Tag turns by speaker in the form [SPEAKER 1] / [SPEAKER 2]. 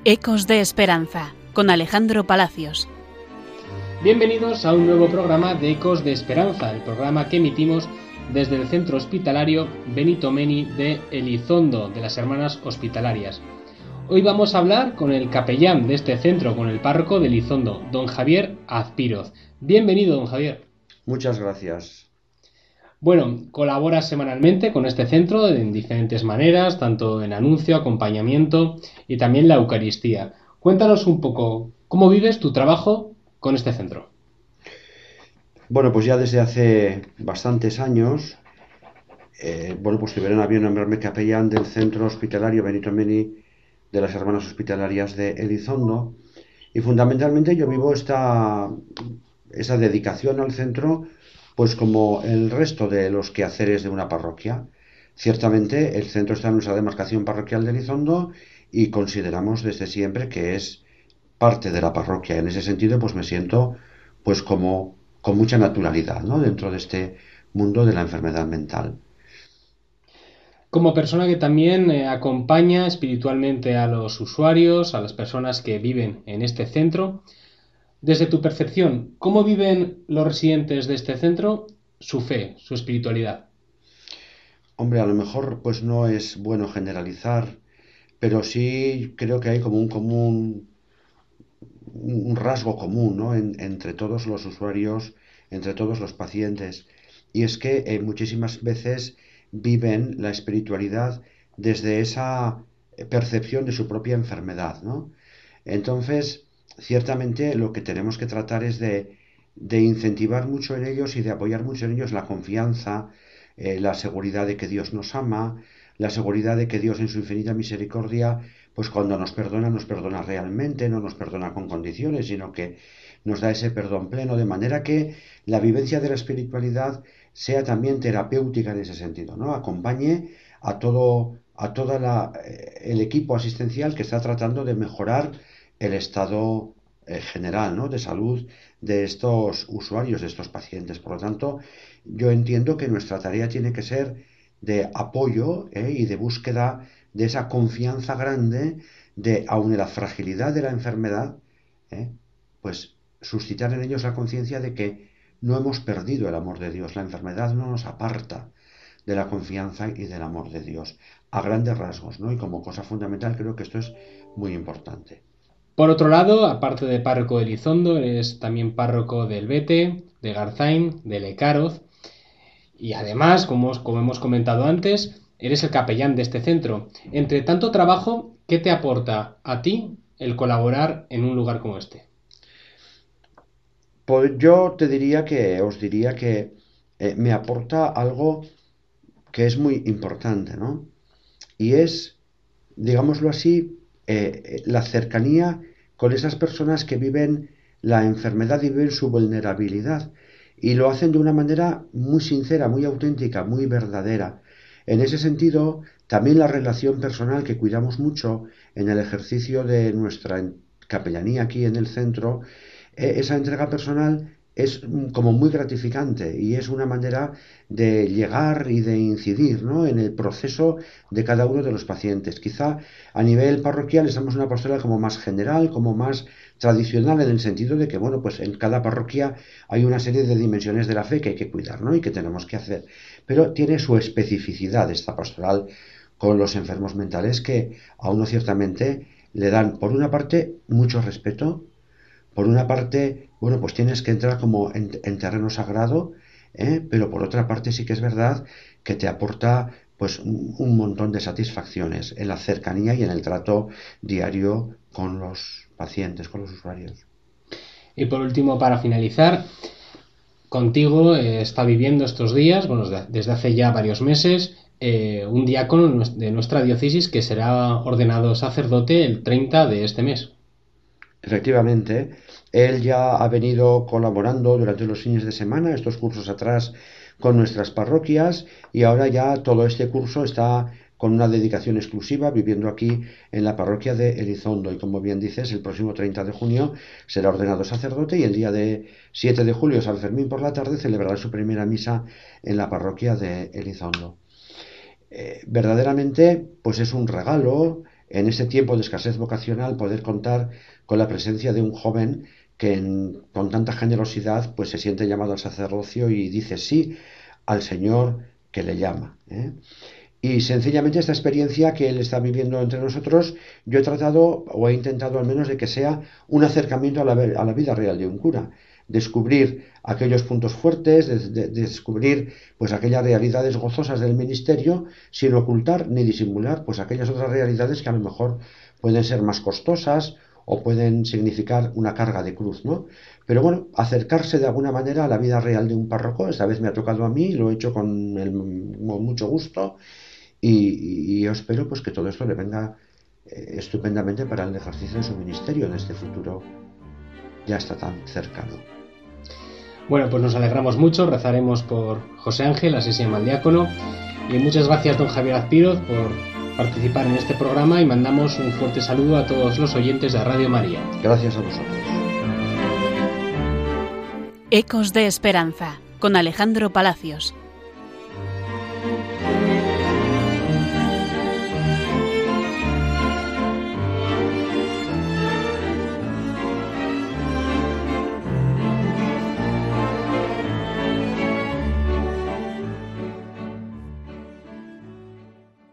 [SPEAKER 1] Ecos de Esperanza, con Alejandro Palacios.
[SPEAKER 2] Bienvenidos a un nuevo programa de Ecos de Esperanza, el programa que emitimos desde el Centro Hospitalario Benito Meni de Elizondo, de las Hermanas Hospitalarias. Hoy vamos a hablar con el capellán de este centro, con el párroco de Elizondo, don Javier Azpiroz. Bienvenido, don Javier.
[SPEAKER 3] Muchas gracias.
[SPEAKER 2] Bueno, colaboras semanalmente con este centro en diferentes maneras, tanto en anuncio, acompañamiento y también la Eucaristía. Cuéntanos un poco, ¿cómo vives tu trabajo con este centro?
[SPEAKER 3] Bueno, pues ya desde hace bastantes años, pues tuvieron a bien nombrarme capellán del Centro Hospitalario Benito Meni de las Hermanas Hospitalarias de Elizondo, y fundamentalmente yo vivo esa dedicación al centro pues como el resto de los quehaceres de una parroquia. Ciertamente el centro está en nuestra demarcación parroquial de Elizondo y consideramos desde siempre que es parte de la parroquia. En ese sentido pues me siento pues como con mucha naturalidad, ¿no?, dentro de este mundo de la enfermedad mental.
[SPEAKER 2] Como persona que también acompaña espiritualmente a los usuarios, a las personas que viven en este centro, desde tu percepción, ¿cómo viven los residentes de este centro su fe, su espiritualidad?
[SPEAKER 3] Hombre, a lo mejor pues no es bueno generalizar, pero sí creo que hay como un rasgo común, ¿no?, entre todos los usuarios, entre todos los pacientes, y es que muchísimas veces viven la espiritualidad desde esa percepción de su propia enfermedad, ¿no? Entonces, ciertamente lo que tenemos que tratar es de incentivar mucho en ellos y de apoyar mucho en ellos la confianza, la seguridad de que Dios nos ama, la seguridad de que Dios en su infinita misericordia, pues cuando nos perdona realmente, no nos perdona con condiciones, sino que nos da ese perdón pleno, de manera que la vivencia de la espiritualidad sea también terapéutica en ese sentido, ¿no? Acompañe a todo el equipo asistencial que está tratando de mejorar el estado general, ¿no?, de salud de estos usuarios, de estos pacientes. Por lo tanto, yo entiendo que nuestra tarea tiene que ser de apoyo y de búsqueda de esa confianza grande de, aun en la fragilidad de la enfermedad, pues suscitar en ellos la conciencia de que no hemos perdido el amor de Dios. La enfermedad no nos aparta de la confianza y del amor de Dios, a grandes rasgos, ¿no? Y como cosa fundamental creo que esto es muy importante.
[SPEAKER 2] Por otro lado, aparte de párroco de Elizondo, eres también párroco del Bete, de Garzain, de Lecaroz, y además, como hemos comentado antes, eres el capellán de este centro. Entre tanto trabajo, ¿qué te aporta a ti el colaborar en un lugar como este?
[SPEAKER 3] Pues os diría que me aporta algo que es muy importante, ¿no? Y es, digámoslo así, la cercanía con esas personas que viven la enfermedad y viven su vulnerabilidad. Y lo hacen de una manera muy sincera, muy auténtica, muy verdadera. En ese sentido, también la relación personal que cuidamos mucho en el ejercicio de nuestra capellanía aquí en el centro, esa entrega personal es como muy gratificante y es una manera de llegar y de incidir, ¿no?, en el proceso de cada uno de los pacientes. Quizá a nivel parroquial estamos en una pastoral como más general, como más tradicional, en el sentido de que, bueno, pues en cada parroquia hay una serie de dimensiones de la fe que hay que cuidar, ¿no?, y que tenemos que hacer. Pero tiene su especificidad esta pastoral con los enfermos mentales, que a uno ciertamente le dan, por una parte, mucho respeto. Por una parte, bueno, pues tienes que entrar como en terreno sagrado, pero por otra parte sí que es verdad que te aporta pues un montón de satisfacciones en la cercanía y en el trato diario con los pacientes, con los usuarios.
[SPEAKER 2] Y por último, para finalizar, contigo está viviendo estos días, bueno, desde hace ya varios meses, un diácono de nuestra diócesis que será ordenado sacerdote el 30 de este mes.
[SPEAKER 3] Efectivamente, él ya ha venido colaborando durante los fines de semana, estos cursos atrás, con nuestras parroquias, y ahora ya todo este curso está con una dedicación exclusiva, viviendo aquí en la parroquia de Elizondo. Y como bien dices, el próximo 30 de junio será ordenado sacerdote, y el día de 7 de julio, San Fermín por la tarde, celebrará su primera misa en la parroquia de Elizondo. Verdaderamente, pues es un regalo en este tiempo de escasez vocacional, poder contar con la presencia de un joven que con tanta generosidad pues se siente llamado al sacerdocio y dice sí al Señor que le llama, ¿eh? Y sencillamente esta experiencia que él está viviendo entre nosotros, yo he tratado o he intentado al menos de que sea un acercamiento a la vida real de un cura. Descubrir aquellos puntos fuertes, de descubrir pues aquellas realidades gozosas del ministerio sin ocultar ni disimular pues aquellas otras realidades que a lo mejor pueden ser más costosas o pueden significar una carga de cruz, ¿no? Pero bueno, acercarse de alguna manera a la vida real de un párroco, esta vez me ha tocado a mí, lo he hecho con mucho gusto y yo espero pues que todo esto le venga estupendamente para el ejercicio de su ministerio en este futuro ya está tan cercano.
[SPEAKER 2] Bueno, pues nos alegramos mucho, rezaremos por José Ángel, así se llama el diácono, y muchas gracias don Javier Azpiroz por participar en este programa y mandamos un fuerte saludo a todos los oyentes de Radio María.
[SPEAKER 3] Gracias a vosotros.
[SPEAKER 1] Ecos de Esperanza, con Alejandro Palacios.